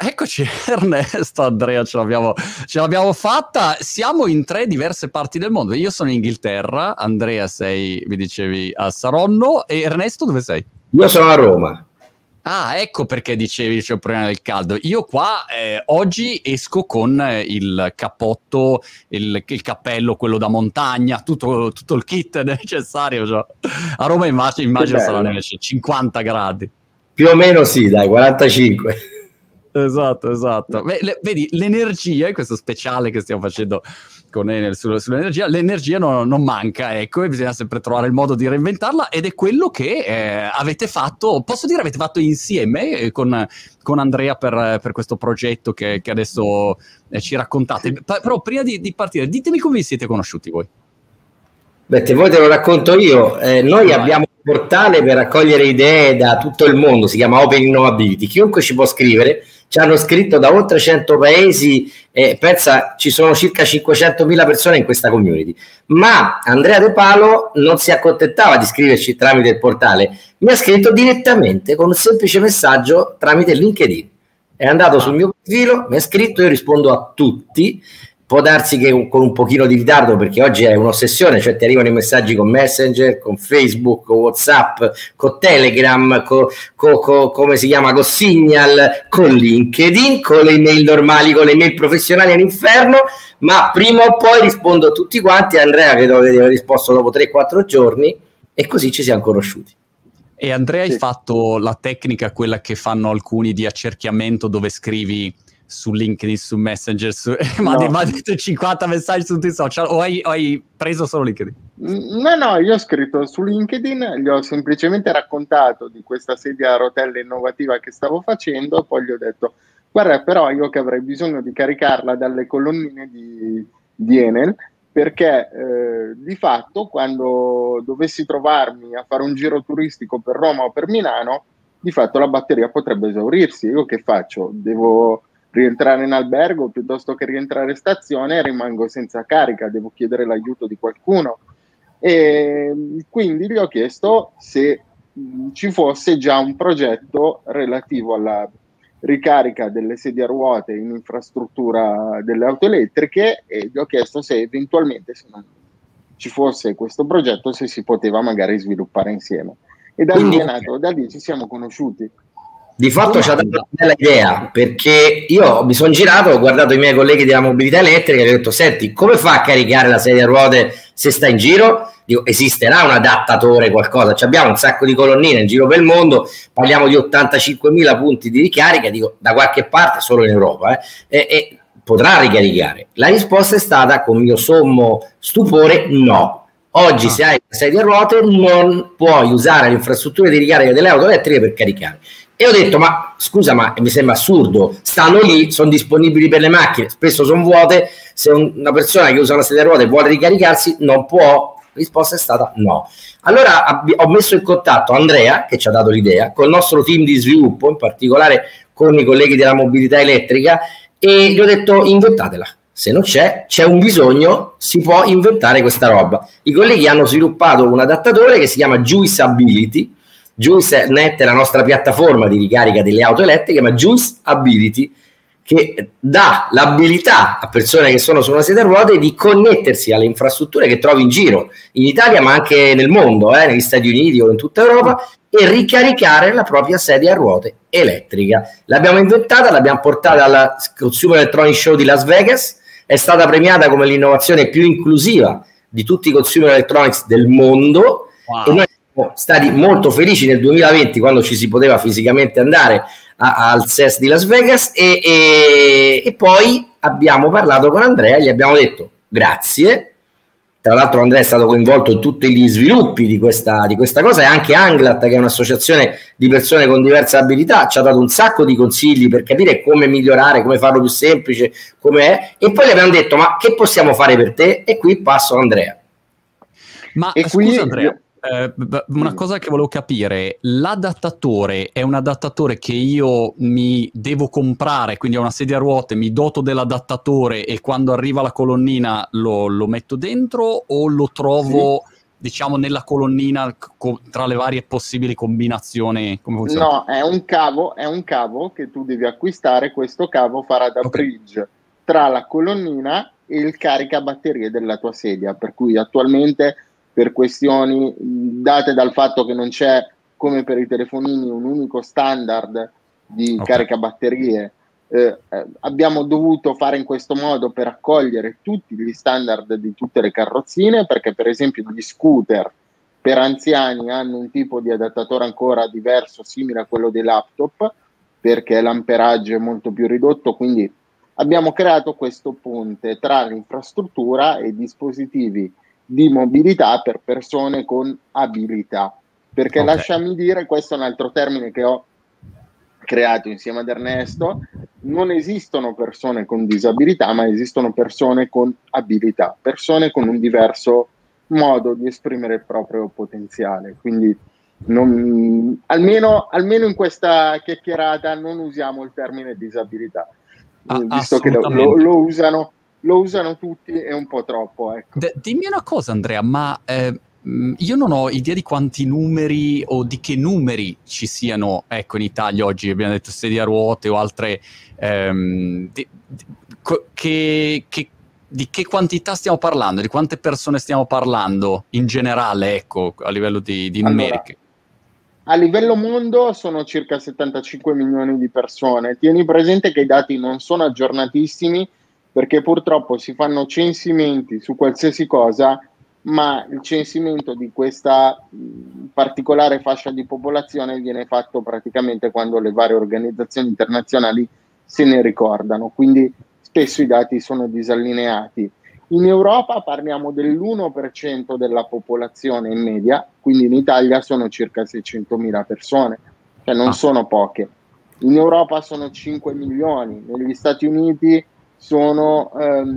Eccoci Ernesto, Andrea, ce l'abbiamo fatta. Siamo in 3 diverse parti del mondo. Io sono in Inghilterra, Andrea sei, mi dicevi, a Saronno, e Ernesto dove sei? Io sono a Roma. Ah, ecco perché dicevi c'è un problema del caldo. Io qua oggi esco con il cappotto, il cappello, quello da montagna, tutto il kit necessario. Cioè. A Roma immagino saranno invece 50 gradi. Più o meno sì, dai, 45. Esatto. Vedi, l'energia, in questo speciale che stiamo facendo con Enel sull'energia, l'energia non manca, ecco, e bisogna sempre trovare il modo di reinventarla, ed è quello che avete fatto, posso dire avete fatto insieme con Andrea per questo progetto che adesso ci raccontate. Però prima di partire, ditemi come vi siete conosciuti voi. Beh, voi te lo racconto io. Noi abbiamo un portale per raccogliere idee da tutto il mondo, si chiama Open Innovability. Chiunque ci può scrivere, ci hanno scritto da oltre 100 paesi, pensa, ci sono circa 500.000 persone in questa community. Ma Andrea De Palo non si accontentava di scriverci tramite il portale, mi ha scritto direttamente con un semplice messaggio tramite LinkedIn. È andato sul mio profilo, mi ha scritto, io rispondo a tutti. Può darsi che con un pochino di ritardo, perché oggi è un'ossessione, cioè ti arrivano i messaggi con Messenger, con Facebook, con WhatsApp, con Telegram, come si chiama, con Signal, con LinkedIn, con le email normali, con le email professionali all'inferno, ma prima o poi rispondo a tutti quanti. Andrea credo che aver risposto dopo 3-4 giorni, e così ci siamo conosciuti. E Andrea, hai fatto la tecnica, quella che fanno alcuni, di accerchiamento, dove scrivi su LinkedIn, su Messenger, mandi 50 messaggi su tutti i social, o hai preso solo LinkedIn? No, io ho scritto su LinkedIn, gli ho semplicemente raccontato di questa sedia a rotelle innovativa che stavo facendo, e poi gli ho detto: guarda, però io che avrei bisogno di caricarla dalle colonnine di Enel, perché di fatto quando dovessi trovarmi a fare un giro turistico per Roma o per Milano, di fatto la batteria potrebbe esaurirsi. Io che faccio? Devo rientrare in albergo piuttosto che rientrare in stazione, e rimango senza carica, devo chiedere l'aiuto di qualcuno. E quindi gli ho chiesto se ci fosse già un progetto relativo alla ricarica delle sedie a ruote in infrastruttura delle auto elettriche, e gli ho chiesto se eventualmente, se non ci fosse questo progetto, se si poteva magari sviluppare insieme. E da lì è nato, da lì ci siamo conosciuti. Di fatto ci ha dato una bella idea, perché io mi sono girato, ho guardato i miei colleghi della mobilità elettrica e ho detto: senti, come fa a caricare la sedia a ruote se sta in giro? Dico, esisterà un adattatore, qualcosa? Abbiamo un sacco di colonnine in giro per il mondo, parliamo di 85.000 punti di ricarica, dico, da qualche parte, solo in Europa, e potrà ricaricare. La risposta è stata, con mio sommo stupore, no. Oggi se hai la sedia a ruote non puoi usare le infrastrutture di ricarica delle auto elettriche per caricare. E ho detto: ma scusa, ma mi sembra assurdo, stanno lì, sono disponibili per le macchine, spesso sono vuote, se una persona che usa una sedia a ruote vuole ricaricarsi non può. La risposta è stata no. Allora ho messo in contatto Andrea, che ci ha dato l'idea, con il nostro team di sviluppo, in particolare con i colleghi della mobilità elettrica, e gli ho detto: inventatela. Se non c'è un bisogno, si può inventare questa roba. I colleghi hanno sviluppato un adattatore che si chiama Juice Ability. JuiceNet è la nostra piattaforma di ricarica delle auto elettriche, ma Juice Ability, che dà l'abilità a persone che sono su una sedia a ruote di connettersi alle infrastrutture che trovi in giro in Italia, ma anche nel mondo, negli Stati Uniti o in tutta Europa, e ricaricare la propria sedia a ruote elettrica. L'abbiamo inventata, l'abbiamo portata alla Consumer Electronics Show di Las Vegas, è stata premiata come l'innovazione più inclusiva di tutti i consumer electronics del mondo. Wow. E noi siamo stati molto felici nel 2020, quando ci si poteva fisicamente andare al CES di Las Vegas, e poi abbiamo parlato con Andrea, gli abbiamo detto grazie. Tra l'altro Andrea è stato coinvolto in tutti gli sviluppi di questa cosa, e anche Anglat, che è un'associazione di persone con diverse abilità, ci ha dato un sacco di consigli per capire come migliorare, come farlo più semplice, com'è. E poi gli abbiamo detto: ma che possiamo fare per te? E qui passo a Andrea. Ma scusa Andrea, una cosa che volevo capire: l'adattatore è un adattatore che io mi devo comprare, quindi ho una sedia a ruote, mi doto dell'adattatore e quando arriva la colonnina lo metto dentro, o lo trovo diciamo, nella colonnina tra le varie possibili combinazioni? Come funziona? No, è un cavo che tu devi acquistare. Questo cavo farà da bridge tra la colonnina e il caricabatterie della tua sedia, per cui attualmente, per questioni date dal fatto che non c'è, come per i telefonini, un unico standard di caricabatterie, abbiamo dovuto fare in questo modo per accogliere tutti gli standard di tutte le carrozzine, perché per esempio gli scooter per anziani hanno un tipo di adattatore ancora diverso, simile a quello dei laptop, perché l'amperaggio è molto più ridotto, quindi abbiamo creato questo ponte tra l'infrastruttura e i dispositivi di mobilità per persone con abilità, perché lasciami dire, questo è un altro termine che ho creato insieme ad Ernesto: non esistono persone con disabilità, ma esistono persone con abilità, persone con un diverso modo di esprimere il proprio potenziale. Quindi almeno in questa chiacchierata non usiamo il termine disabilità, visto che lo usano tutti, è un po' troppo, ecco. Dimmi una cosa, Andrea, ma io non ho idea di quanti numeri o di che numeri ci siano, ecco, in Italia oggi. Abbiamo detto sedia a ruote o altre, di che quantità stiamo parlando, di quante persone stiamo parlando in generale, ecco, a livello di numeriche? A livello mondo sono circa 75 milioni di persone. Tieni presente che i dati non sono aggiornatissimi, perché purtroppo si fanno censimenti su qualsiasi cosa, ma il censimento di questa particolare fascia di popolazione viene fatto praticamente quando le varie organizzazioni internazionali se ne ricordano, quindi spesso i dati sono disallineati. In Europa parliamo dell'1% della popolazione in media, quindi in Italia sono circa 600.000 persone, cioè non sono poche. In Europa sono 5 milioni, negli Stati Uniti sono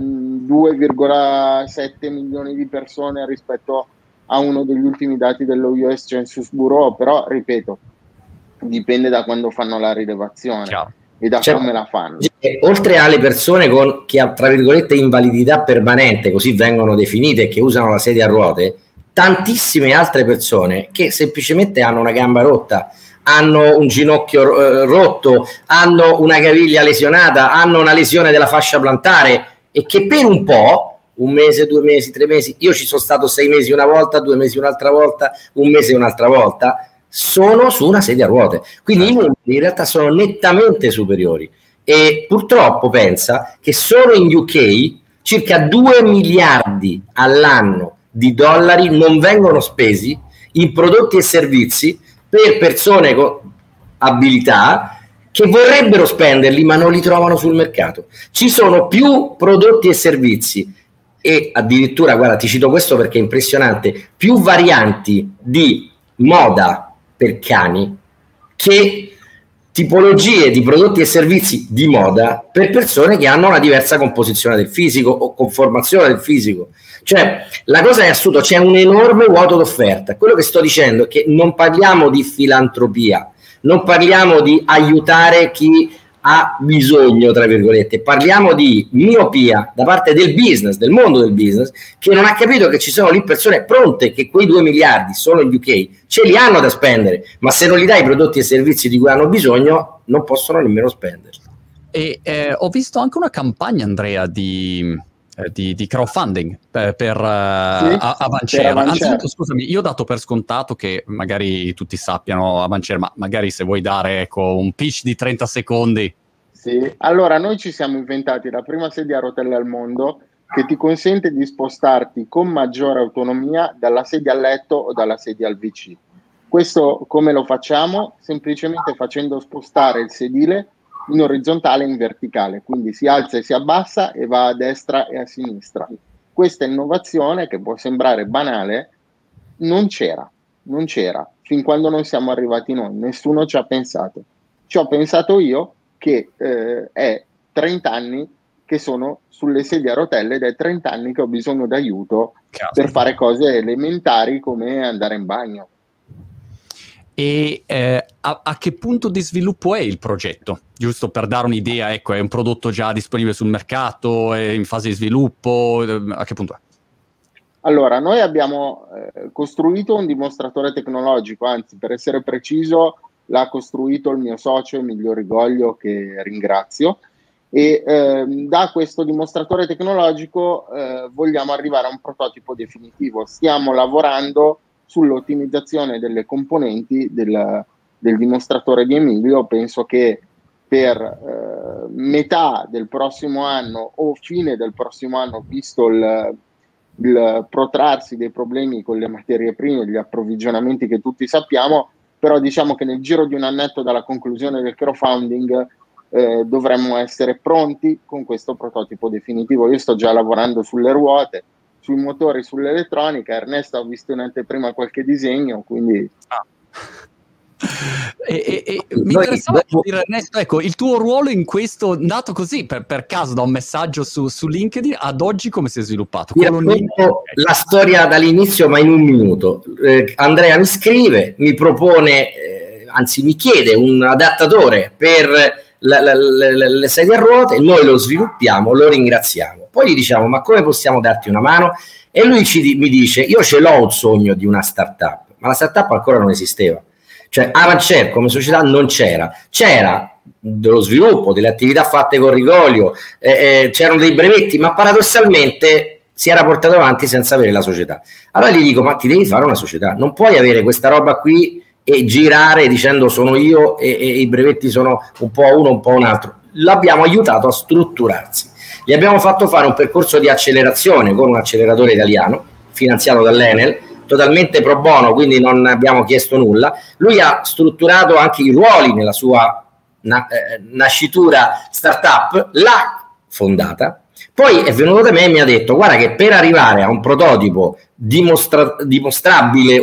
2,7 milioni di persone rispetto a uno degli ultimi dati dello US Census Bureau, però ripeto, dipende da quando fanno la rilevazione. Ciao. E da come la fanno. Oltre alle persone con chi ha, tra virgolette, invalidità permanente, così vengono definite, e che usano la sedia a ruote, tantissime altre persone che semplicemente hanno una gamba rotta, hanno un ginocchio rotto, hanno una caviglia lesionata, hanno una lesione della fascia plantare, e che per un po', 1 mese, 2 mesi, 3 mesi, io ci sono stato 6 mesi una volta, 2 mesi un'altra volta, 1 mese un'altra volta, sono su una sedia a ruote. Quindi i numeri in realtà sono nettamente superiori, e purtroppo pensa che solo in UK circa 2 miliardi all'anno di dollari non vengono spesi in prodotti e servizi per persone con abilità che vorrebbero spenderli ma non li trovano sul mercato. Ci sono più prodotti e servizi, e addirittura, guarda, ti cito questo perché è impressionante, più varianti di moda per cani che tipologie di prodotti e servizi di moda per persone che hanno una diversa composizione del fisico o conformazione del fisico. Cioè, la cosa è assurda, c'è un enorme vuoto d'offerta. Quello che sto dicendo è che non parliamo di filantropia, non parliamo di aiutare chi ha bisogno, tra virgolette, parliamo di miopia da parte del business, del mondo del business, che non ha capito che ci sono lì persone pronte, che quei 2 miliardi solo in UK ce li hanno da spendere, ma se non gli dai i prodotti e servizi di cui hanno bisogno non possono nemmeno spenderli. E ho visto anche una campagna, Andrea, di crowdfunding per Avancera. Anzitutto, scusami, io ho dato per scontato che magari tutti sappiano Avancera, ma magari se vuoi dare, ecco, un pitch di 30 secondi. Sì, allora noi ci siamo inventati la prima sedia a rotelle al mondo che ti consente di spostarti con maggiore autonomia dalla sedia a letto o dalla sedia al VC. Questo come lo facciamo? Semplicemente facendo spostare il sedile in orizzontale e in verticale, quindi si alza e si abbassa e va a destra e a sinistra. Questa innovazione, che può sembrare banale, non c'era fin quando non siamo arrivati noi, nessuno ci ha pensato. Ci ho pensato io, che è 30 anni che sono sulle sedie a rotelle ed è 30 anni che ho bisogno d'aiuto per fare cose elementari come andare in bagno. E a che punto di sviluppo è il progetto? Giusto per dare un'idea, ecco, è un prodotto già disponibile sul mercato, è in fase di sviluppo, a che punto è? Allora, noi abbiamo costruito un dimostratore tecnologico, anzi, per essere preciso, l'ha costruito il mio socio Emilio Rigoglio, che ringrazio, e da questo dimostratore tecnologico vogliamo arrivare a un prototipo definitivo. Stiamo lavorando sull'ottimizzazione delle componenti del dimostratore di Emilio. Penso che per metà del prossimo anno o fine del prossimo anno, visto il protrarsi dei problemi con le materie prime, gli approvvigionamenti che tutti sappiamo, però diciamo che nel giro di un annetto dalla conclusione del crowdfunding dovremmo essere pronti con questo prototipo definitivo. Io sto già lavorando sulle ruote, sui motori, sull'elettronica. Ernesto ha visto in anteprima qualche disegno, quindi... Mi interessava dire, Ernesto, ecco, il tuo ruolo in questo, nato così per caso da un messaggio su LinkedIn, ad oggi come si è sviluppato? La storia dall'inizio, ma in un minuto. Andrea mi scrive, mi propone, anzi mi chiede un adattatore per le sedie a ruote, noi lo sviluppiamo, lo ringraziamo, poi gli diciamo: ma come possiamo darti una mano? E lui mi dice: io ce l'ho un sogno di una startup, ma la startup ancora non esisteva. Cioè Avancer come società non c'era dello sviluppo, delle attività fatte con Rigoglio, c'erano dei brevetti, ma paradossalmente si era portato avanti senza avere la società. Allora gli dico: ma ti devi fare una società, non puoi avere questa roba qui e girare dicendo sono io e i brevetti sono un po' uno, un po' un altro. L'abbiamo aiutato a strutturarsi, gli abbiamo fatto fare un percorso di accelerazione con un acceleratore italiano finanziato dall'Enel, totalmente pro bono, quindi non abbiamo chiesto nulla. Lui ha strutturato anche i ruoli nella sua nascitura startup, l'ha fondata, poi è venuto da me e mi ha detto: guarda che per arrivare a un prototipo dimostrabile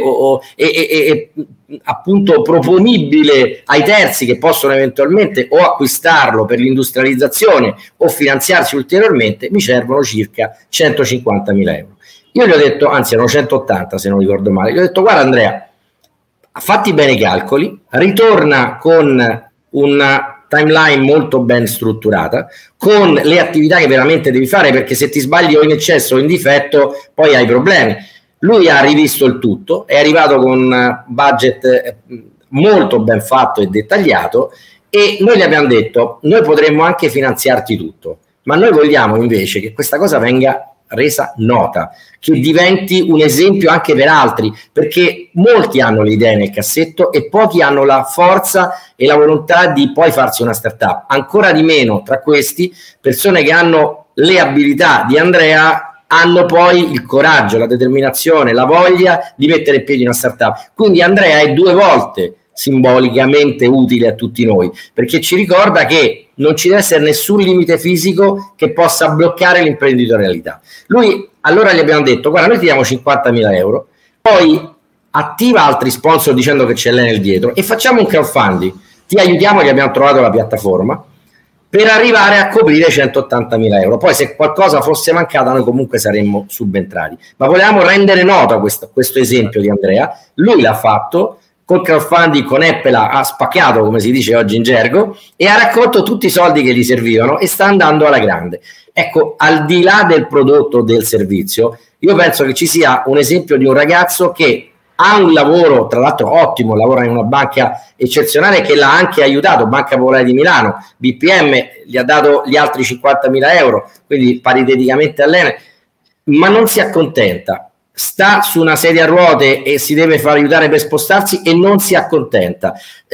e appunto proponibile ai terzi che possono eventualmente o acquistarlo per l'industrializzazione o finanziarsi ulteriormente, mi servono circa 150.000 euro. Io gli ho detto, anzi erano 180 se non ricordo male, gli ho detto: guarda Andrea, fatti bene i calcoli, ritorna con una timeline molto ben strutturata, con le attività che veramente devi fare, perché se ti sbagli o in eccesso o in difetto poi hai problemi. Lui ha rivisto il tutto, è arrivato con un budget molto ben fatto e dettagliato, e noi gli abbiamo detto: noi potremmo anche finanziarti tutto, ma noi vogliamo invece che questa cosa venga resa nota, che diventi un esempio anche per altri, perché molti hanno le idee nel cassetto e pochi hanno la forza e la volontà di poi farsi una startup. Ancora di meno tra questi persone che hanno le abilità di Andrea hanno poi il coraggio, la determinazione, la voglia di mettere in piedi una startup. Quindi Andrea è 2 volte simbolicamente utile a tutti noi, perché ci ricorda che non ci deve essere nessun limite fisico che possa bloccare l'imprenditorialità. Lui, allora gli abbiamo detto: guarda, noi ti diamo 50.000 euro, poi attiva altri sponsor dicendo che c'è l'Enel dietro e facciamo un crowdfunding, ti aiutiamo, gli abbiamo trovato la piattaforma per arrivare a coprire 180.000 euro. Poi se qualcosa fosse mancata noi comunque saremmo subentrati, ma volevamo rendere nota questo esempio di Andrea. Lui l'ha fatto col crowdfunding, con Apple ha spaccato, come si dice oggi in gergo, e ha raccolto tutti i soldi che gli servivano e sta andando alla grande. Ecco, al di là del prodotto o del servizio, io penso che ci sia un esempio di un ragazzo che ha un lavoro, tra l'altro ottimo, lavora in una banca eccezionale che l'ha anche aiutato, Banca Popolare di Milano, BPM gli ha dato gli altri 50.000 euro, quindi pariteticamente all'Enel, ma non si accontenta. Sta su una sedia a ruote e si deve far aiutare per spostarsi e non si accontenta,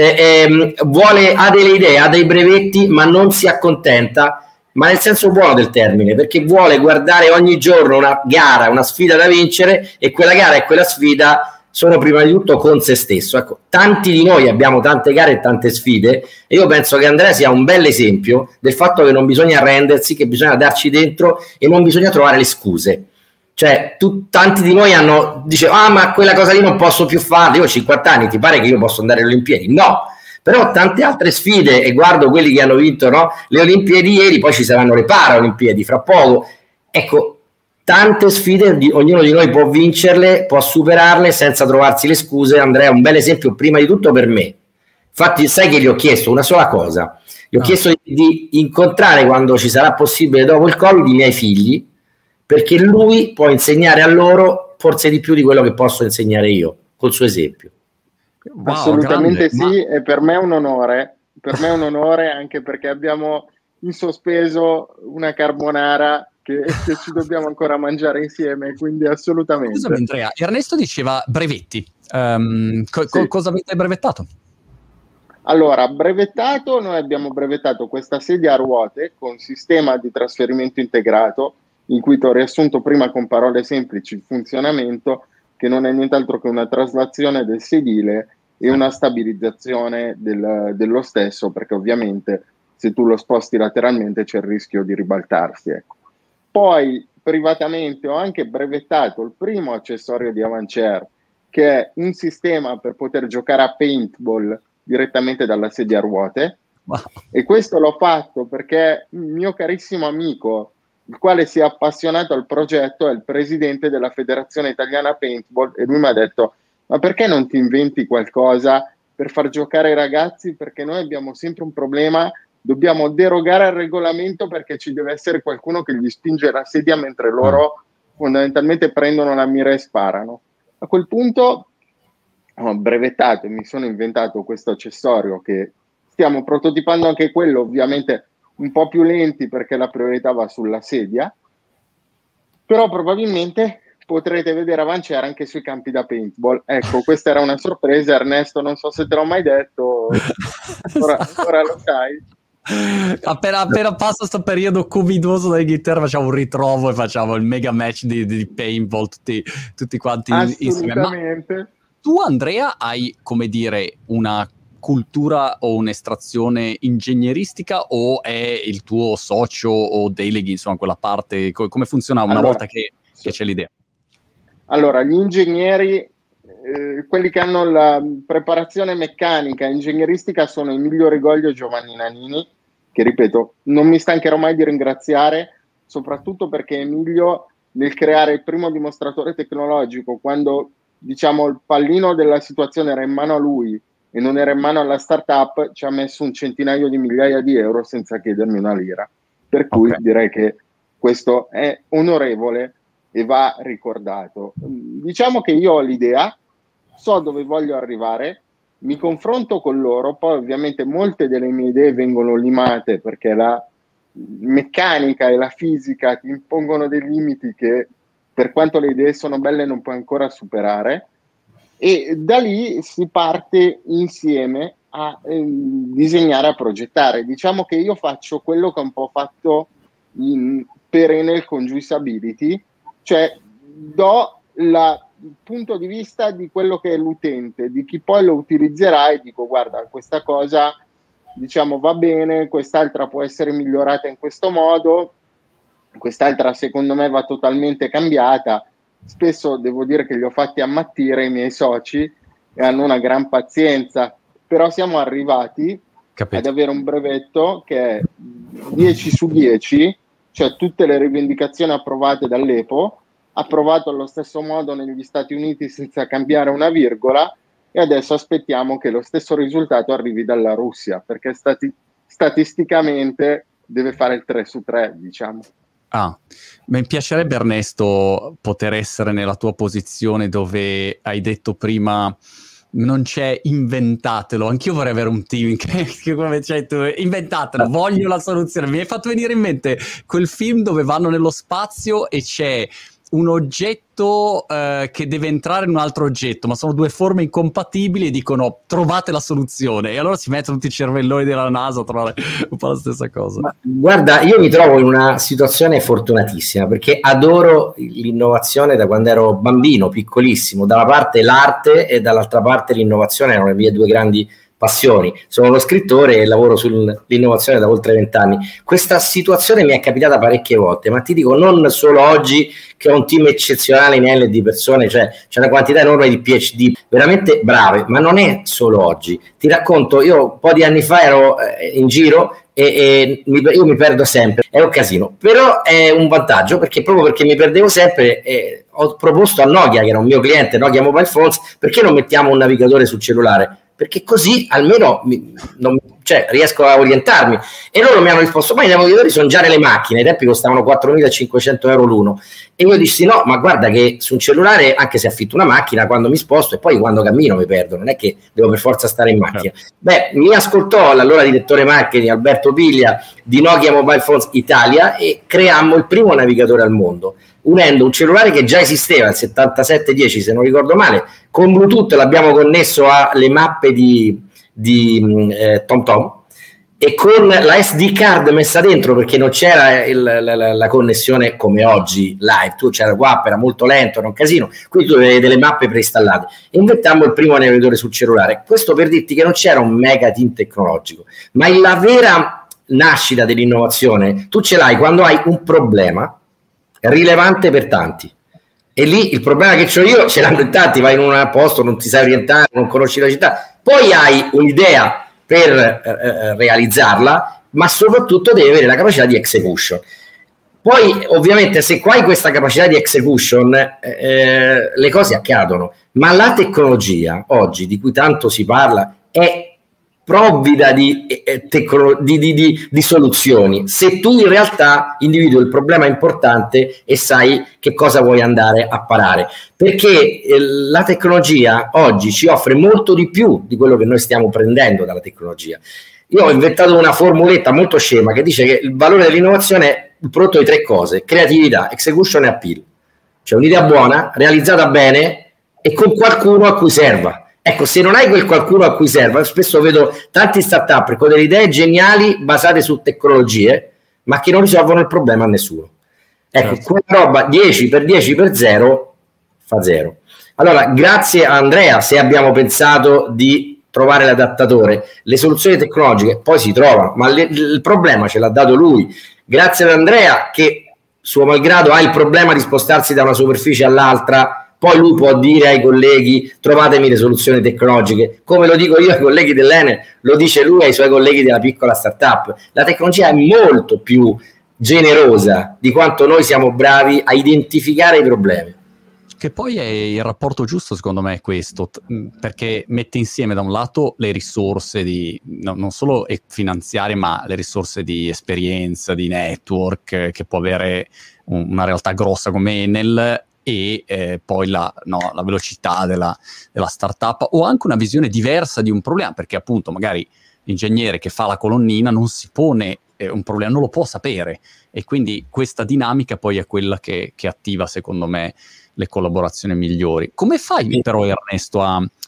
ha delle idee, ha dei brevetti, ma non si accontenta, ma nel senso buono del termine, perché vuole guardare ogni giorno una gara, una sfida da vincere, e quella gara e quella sfida sono prima di tutto con se stesso. Ecco, tanti di noi abbiamo tante gare e tante sfide, e io penso che Andrea sia un bel esempio del fatto che non bisogna arrendersi, che bisogna darci dentro e non bisogna trovare le scuse. Cioè, tanti di noi dice: ma quella cosa lì non posso più farla, io ho 50 anni, ti pare che io posso andare alle Olimpiadi? No, però tante altre sfide, e guardo quelli che hanno vinto, no, le Olimpiadi ieri, poi ci saranno le Paralimpiadi fra poco. Ecco, tante sfide, ognuno di noi può vincerle, può superarle senza trovarsi le scuse. Andrea è un bel esempio prima di tutto per me. Infatti sai che gli ho chiesto una sola cosa, gli ho chiesto di incontrare, quando ci sarà possibile dopo il Covid, i miei figli, perché lui può insegnare a loro forse di più di quello che posso insegnare io, col suo esempio. Wow, assolutamente grande, sì, e per me è un onore, anche perché abbiamo in sospeso una carbonara che ci dobbiamo ancora mangiare insieme, quindi assolutamente. Scusami Andrea, Ernesto diceva brevetti, sì. Cosa avete brevettato? Allora, noi abbiamo brevettato questa sedia a ruote con sistema di trasferimento integrato, in cui ti ho riassunto prima con parole semplici il funzionamento, che non è nient'altro che una traslazione del sedile e una stabilizzazione dello stesso, perché ovviamente se tu lo sposti lateralmente c'è il rischio di ribaltarsi. Ecco. Poi privatamente ho anche brevettato il primo accessorio di Avancer, che è un sistema per poter giocare a paintball direttamente dalla sedia a ruote. Wow. E questo l'ho fatto perché il mio carissimo amico, il quale si è appassionato al progetto, è il presidente della Federazione Italiana Paintball, e lui mi ha detto: ma perché non ti inventi qualcosa per far giocare i ragazzi? Perché noi abbiamo sempre un problema, dobbiamo derogare al regolamento perché ci deve essere qualcuno che gli spinge la sedia mentre loro fondamentalmente prendono la mira e sparano. A quel punto ho brevettato e mi sono inventato questo accessorio, che stiamo prototipando anche quello, ovviamente un po' più lenti perché la priorità va sulla sedia, però probabilmente potrete vedere Avancer anche sui campi da paintball. Ecco, questa era una sorpresa, Ernesto, non so se te l'ho mai detto, ora lo sai. Appena passa questo periodo covidoso dall'Inghilterra facciamo un ritrovo e facciamo il mega match di paintball tutti quanti insieme. Ma tu Andrea hai, come dire, una cultura o un'estrazione ingegneristica, o è il tuo socio o deleghi insomma quella parte? Come funziona una volta che c'è l'idea? Allora, gli ingegneri, quelli che hanno la preparazione meccanica e ingegneristica sono Emilio Rigoglio e Giovanni Nanini, che ripeto, non mi stancherò mai di ringraziare, soprattutto perché Emilio, nel creare il primo dimostratore tecnologico, quando diciamo il pallino della situazione era in mano a lui e non era in mano alla startup, ci ha messo un centinaio di migliaia di euro senza chiedermi una lira. Per cui direi che questo è onorevole e va ricordato. Diciamo che io ho l'idea, so dove voglio arrivare, mi confronto con loro, poi ovviamente molte delle mie idee vengono limate perché la meccanica e la fisica ti impongono dei limiti che, per quanto le idee sono belle, non puoi ancora superare, e da lì si parte insieme a disegnare, a progettare. Diciamo che io faccio quello che ho un po' fatto per Enel con Juiceability, cioè do il punto di vista di quello che è l'utente, di chi poi lo utilizzerà, e dico: guarda, questa cosa diciamo va bene, quest'altra può essere migliorata in questo modo, quest'altra secondo me va totalmente cambiata. Spesso devo dire che li ho fatti ammattire i miei soci e hanno una gran pazienza, però siamo arrivati ad avere un brevetto che è 10 su 10, cioè tutte le rivendicazioni approvate dall'EPO, approvato allo stesso modo negli Stati Uniti senza cambiare una virgola, e adesso aspettiamo che lo stesso risultato arrivi dalla Russia, perché statisticamente deve fare il 3 su 3, diciamo. Mi piacerebbe, Ernesto, poter essere nella tua posizione dove hai detto prima non c'è inventatelo. Anch'io vorrei avere un team che come c'hai tu, inventatelo, voglio la soluzione. Mi hai fatto venire in mente quel film dove vanno nello spazio e c'è un oggetto che deve entrare in un altro oggetto, ma sono due forme incompatibili, e dicono trovate la soluzione, e allora si mettono tutti i cervelloni della NASA a trovare un po' la stessa cosa. Ma, guarda, io mi trovo in una situazione fortunatissima perché adoro l'innovazione da quando ero bambino, piccolissimo. Da una parte l'arte e dall'altra parte l'innovazione erano le mie due grandi passioni. Sono uno scrittore e lavoro sull'innovazione da oltre 20 anni. Questa situazione mi è capitata parecchie volte, ma ti dico, non solo oggi che ho un team eccezionale in L di persone, cioè c'è una quantità enorme di PhD veramente brave, ma non è solo oggi. Ti racconto, io un po' di anni fa ero in giro e io mi perdo sempre, è un casino, però è un vantaggio, perché proprio perché mi perdevo sempre ho proposto a Nokia, che era un mio cliente, Nokia Mobile Phones, perché non mettiamo un navigatore sul cellulare? Perché così almeno cioè riesco a orientarmi. E loro mi hanno risposto, ma i navigatori sono già nelle macchine, ai tempi costavano 4.500 euro l'uno. E io dissi no, ma guarda che su un cellulare, anche se affitto una macchina, quando mi sposto e poi quando cammino mi perdo, non è che devo per forza stare in macchina. Beh, mi ascoltò l'allora direttore marketing Alberto Piglia di Nokia Mobile Phones Italia e creammo il primo navigatore al mondo, unendo un cellulare che già esisteva, il 7710 se non ricordo male, con Bluetooth l'abbiamo connesso alle mappe di TomTom, e con la SD card messa dentro, perché non c'era la connessione come oggi live, tu c'era WAP, era molto lento, era un casino, quindi tu avevi delle mappe preinstallate. E inventammo il primo navigatore sul cellulare. Questo per dirti che non c'era un mega team tecnologico, ma la vera nascita dell'innovazione tu ce l'hai quando hai un problema rilevante per tanti. E lì il problema che ho io ce l'hanno in tanti, vai in un posto, non ti sai orientare, non conosci la città, poi hai un'idea per realizzarla, ma soprattutto devi avere la capacità di execution. Poi ovviamente se qua hai questa capacità di execution le cose accadono, ma la tecnologia oggi di cui tanto si parla è provvida di soluzioni, se tu in realtà individui il problema importante e sai che cosa vuoi andare a parare, perché la tecnologia oggi ci offre molto di più di quello che noi stiamo prendendo dalla tecnologia. Io ho inventato una formuletta molto scema che dice che il valore dell'innovazione è il prodotto di tre cose: creatività, execution e appeal. Cioè un'idea buona, realizzata bene e con qualcuno a cui serva. Ecco, se non hai quel qualcuno a cui serva, spesso vedo tanti startup con delle idee geniali basate su tecnologie, ma che non risolvono il problema a nessuno. Ecco, quella roba 10 per 10 per 0 fa 0. Allora, grazie a Andrea, se abbiamo pensato di trovare l'adattatore, le soluzioni tecnologiche poi si trovano, ma il problema ce l'ha dato lui. Grazie ad Andrea che, suo malgrado, ha il problema di spostarsi da una superficie all'altra. Poi lui può dire ai colleghi: trovatemi le soluzioni tecnologiche, come lo dico io ai colleghi dell'Enel, lo dice lui ai suoi colleghi della piccola startup. La tecnologia è molto più generosa di quanto noi siamo bravi a identificare i problemi. Che poi è il rapporto giusto, secondo me, è questo, perché mette insieme da un lato le risorse non solo finanziarie, ma le risorse di esperienza, di network che può avere una realtà grossa come Enel, e poi la velocità della startup, o anche una visione diversa di un problema, perché appunto magari l'ingegnere che fa la colonnina non si pone un problema, non lo può sapere, e quindi questa dinamica poi è quella che attiva, secondo me, le collaborazioni migliori. Come fai però, Ernesto,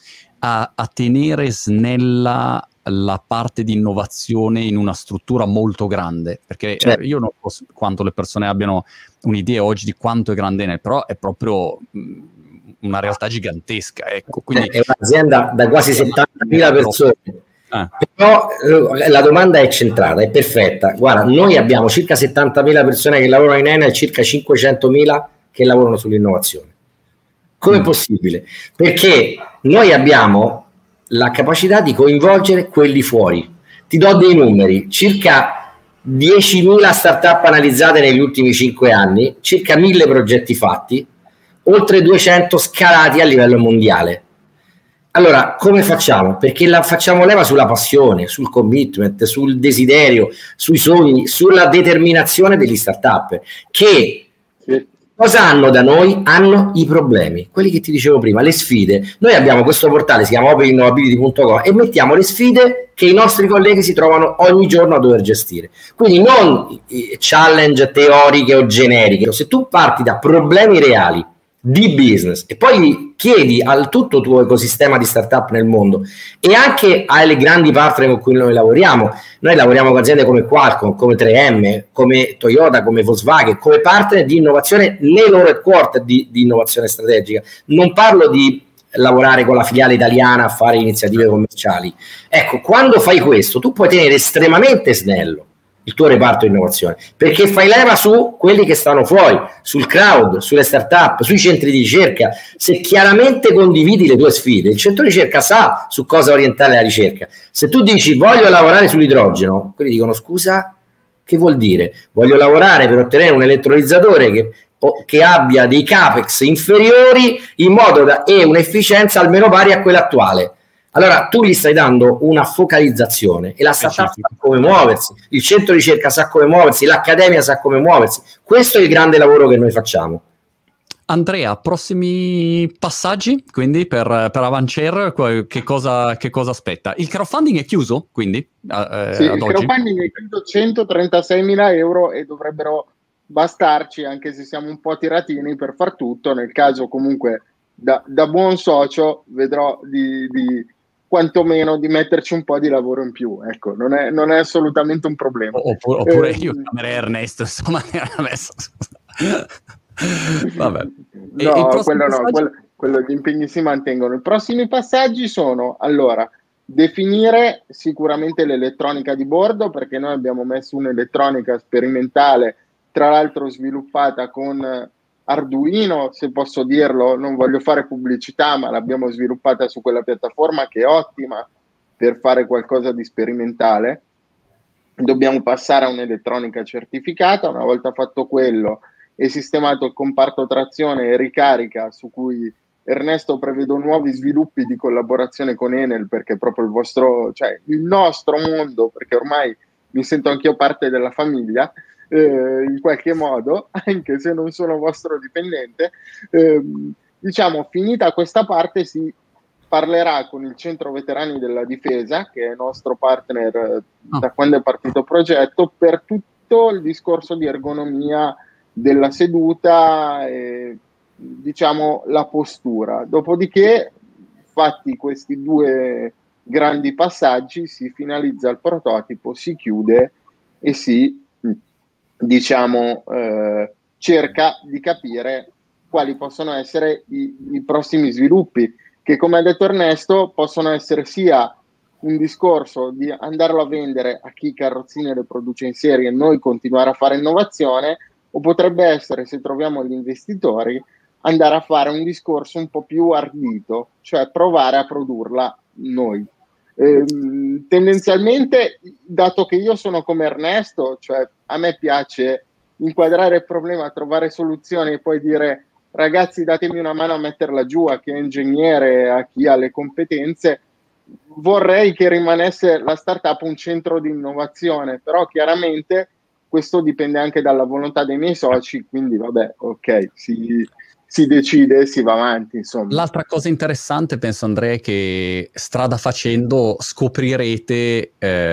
a tenere snella la parte di innovazione in una struttura molto grande? Perché io non so quanto le persone abbiano un'idea oggi di quanto è grande Enel, però è proprio una realtà gigantesca, ecco. Quindi è un'azienda da quasi 70.000 persone. Però la domanda è centrata, è perfetta. Guarda, noi abbiamo circa 70.000 persone che lavorano in Enel e circa 500.000 che lavorano sull'innovazione. Come è possibile? Perché noi abbiamo la capacità di coinvolgere quelli fuori. Ti do dei numeri: circa 10.000 startup analizzate negli ultimi 5 anni, circa 1.000 progetti fatti, oltre 200 scalati a livello mondiale. Allora, come facciamo? Perché facciamo leva sulla passione, sul commitment, sul desiderio, sui sogni, sulla determinazione degli startup, che cosa hanno da noi? Hanno i problemi, quelli che ti dicevo prima, le sfide. Noi abbiamo questo portale, si chiama openinnovability.com, e mettiamo le sfide che i nostri colleghi si trovano ogni giorno a dover gestire. Quindi non challenge teoriche o generiche. Se tu parti da problemi reali di business e poi chiedi al tutto tuo ecosistema di startup nel mondo e anche alle grandi partner con cui noi lavoriamo con aziende come Qualcomm, come 3M, come Toyota, come Volkswagen, come partner di innovazione nei loro headquarter di innovazione strategica. Non parlo di lavorare con la filiale italiana a fare iniziative commerciali. Ecco, quando fai questo tu puoi tenere estremamente snello il tuo reparto di innovazione, perché fai leva su quelli che stanno fuori, sul crowd, sulle startup, sui centri di ricerca. Se chiaramente condividi le tue sfide, il centro di ricerca sa su cosa orientare la ricerca. Se tu dici voglio lavorare sull'idrogeno, quelli dicono scusa, che vuol dire? Voglio lavorare per ottenere un elettrolizzatore che abbia dei capex inferiori in modo da un'efficienza almeno pari a quella attuale. Allora tu gli stai dando una focalizzazione e la startup sa come muoversi, il centro di ricerca sa come muoversi, l'accademia sa come muoversi. Questo è il grande lavoro che noi facciamo. Andrea, prossimi passaggi quindi per Avancer, che cosa aspetta? Il crowdfunding è chiuso quindi? Sì, il crowdfunding è chiuso, 136.000 euro e dovrebbero bastarci, anche se siamo un po' tiratini, per far tutto. Nel caso comunque da buon socio vedrò di quantomeno di metterci un po' di lavoro in più, ecco, non è assolutamente un problema. Oppure io chiamerei Ernesto, insomma, adesso. Vabbè. No, quello gli impegni si mantengono. I prossimi passaggi sono, allora, definire sicuramente l'elettronica di bordo, perché noi abbiamo messo un'elettronica sperimentale, tra l'altro sviluppata con Arduino, se posso dirlo, non voglio fare pubblicità, ma l'abbiamo sviluppata su quella piattaforma che è ottima per fare qualcosa di sperimentale. Dobbiamo passare a un'elettronica certificata. Una volta fatto quello e sistemato il comparto trazione e ricarica, su cui Ernesto prevedo nuovi sviluppi di collaborazione con Enel, perché proprio il nostro mondo, perché ormai mi sento anch'io parte della famiglia, in qualche modo, anche se non sono vostro dipendente. Diciamo, finita questa parte, si parlerà con il Centro Veterani della Difesa, che è nostro partner da quando è partito il progetto, per tutto il discorso di ergonomia della seduta e, diciamo, la postura. Dopodiché, fatti questi due grandi passaggi, si finalizza il prototipo, si chiude e si, diciamo, cerca di capire quali possono essere i prossimi sviluppi, che, come ha detto Ernesto, possono essere sia un discorso di andarlo a vendere a chi carrozzine le produce in serie e noi continuare a fare innovazione, o potrebbe essere, se troviamo gli investitori, andare a fare un discorso un po' più ardito, cioè provare a produrla noi. Tendenzialmente, dato che io sono come Ernesto, cioè a me piace inquadrare il problema, trovare soluzioni e poi dire: ragazzi, datemi una mano a metterla giù, a chi è ingegnere, a chi ha le competenze. Vorrei che rimanesse la startup un centro di innovazione, però chiaramente questo dipende anche dalla volontà dei miei soci, quindi vabbè, ok, si decide, si va avanti, insomma. L'altra cosa interessante, penso, Andrea, è che strada facendo scoprirete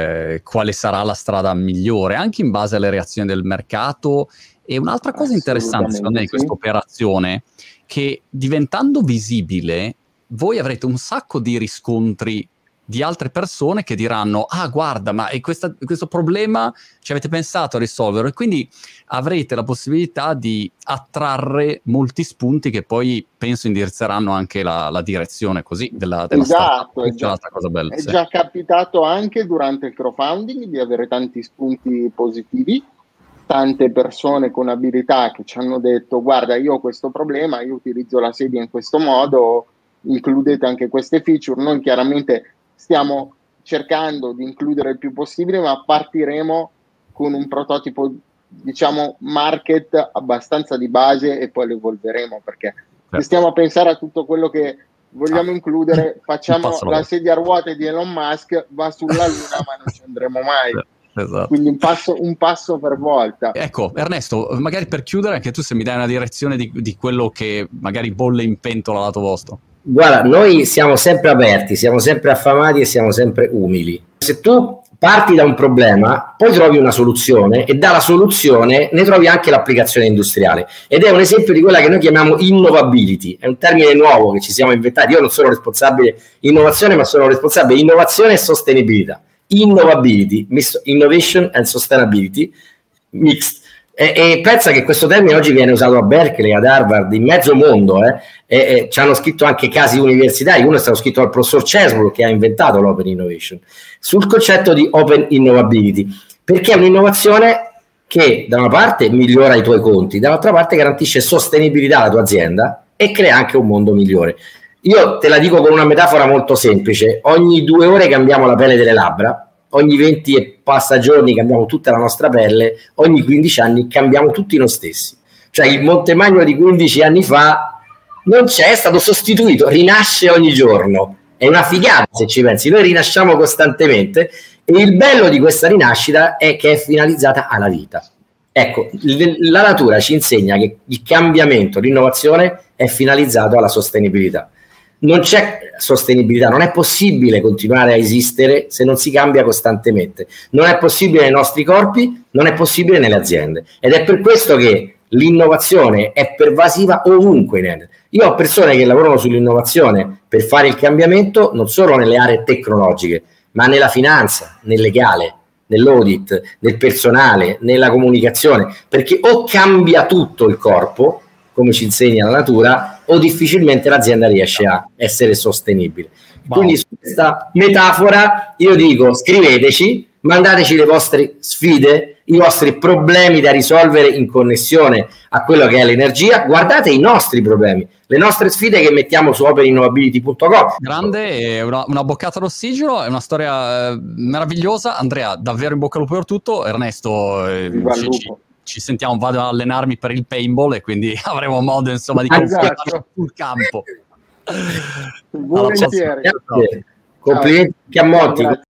quale sarà la strada migliore, anche in base alle reazioni del mercato. E un'altra cosa interessante, secondo me, di questa operazione, che diventando visibile, voi avrete un sacco di riscontri di altre persone che diranno: ah, guarda, ma questo problema ci avete pensato a risolverlo, e quindi avrete la possibilità di attrarre molti spunti che poi penso indirizzeranno anche la direzione così della esatto, startup. Cosa bella, è già capitato anche durante il crowdfunding di avere tanti spunti positivi, tante persone con abilità che ci hanno detto: guarda, io ho questo problema, io utilizzo la sedia in questo modo, includete anche queste feature. Noi chiaramente stiamo cercando di includere il più possibile, ma partiremo con un prototipo, diciamo, market abbastanza di base e poi lo evolveremo, perché se stiamo a pensare a tutto quello che vogliamo includere, facciamo la sedia a ruote di Elon Musk, va sulla Luna, ma non ci andremo mai. Esatto. Quindi un passo per volta. Ecco, Ernesto, magari per chiudere, anche tu, se mi dai una direzione di quello che magari bolle in pentola lato vostro. Guarda, noi siamo sempre aperti, siamo sempre affamati e siamo sempre umili. Se tu parti da un problema, poi trovi una soluzione e dalla soluzione ne trovi anche l'applicazione industriale, ed è un esempio di quella che noi chiamiamo innovability. È un termine nuovo che ci siamo inventati. Io non sono responsabile innovazione, ma sono responsabile innovazione e sostenibilità. Innovability, innovation and sustainability mixed. E pensa che questo termine oggi viene usato a Berkeley, ad Harvard, in mezzo mondo, e ci hanno scritto anche casi universitari. Uno è stato scritto dal professor Chesbrough, che ha inventato l'open innovation, sul concetto di open innovability, perché è un'innovazione che da una parte migliora i tuoi conti, dall'altra parte garantisce sostenibilità alla tua azienda e crea anche un mondo migliore. Io te la dico con una metafora molto semplice: ogni 2 ore cambiamo la pelle delle labbra, ogni 20 e passa giorni cambiamo tutta la nostra pelle, ogni 15 anni cambiamo tutti noi stessi. Cioè il Montemagno di 15 anni fa non c'è, è stato sostituito, rinasce ogni giorno, È una figata se ci pensi, noi rinasciamo costantemente e il bello di questa rinascita è che è finalizzata alla vita. Ecco, la natura ci insegna che il cambiamento, l'innovazione è finalizzato alla sostenibilità. Non c'è sostenibilità, non è possibile continuare a esistere se non si cambia costantemente. Non è possibile nei nostri corpi, non è possibile nelle aziende. Ed è per questo che l'innovazione è pervasiva ovunque in Enel. Io ho persone che lavorano sull'innovazione per fare il cambiamento non solo nelle aree tecnologiche, ma nella finanza, nel legale, nell'audit, nel personale, nella comunicazione, perché o cambia tutto il corpo, come ci insegna la natura, o difficilmente l'azienda riesce a essere sostenibile. Wow. Quindi su questa metafora io dico: scriveteci, mandateci le vostre sfide, i vostri problemi da risolvere in connessione a quello che è l'energia, guardate i nostri problemi, le nostre sfide che mettiamo su operinnovability.com. Grande, una boccata d'ossigeno, è una storia meravigliosa. Andrea, davvero in bocca al lupo per tutto. Ernesto, ci sentiamo, vado ad allenarmi per il paintball e quindi avremo modo insomma di confrontare sul campo. Volentieri. Complimenti a Motti.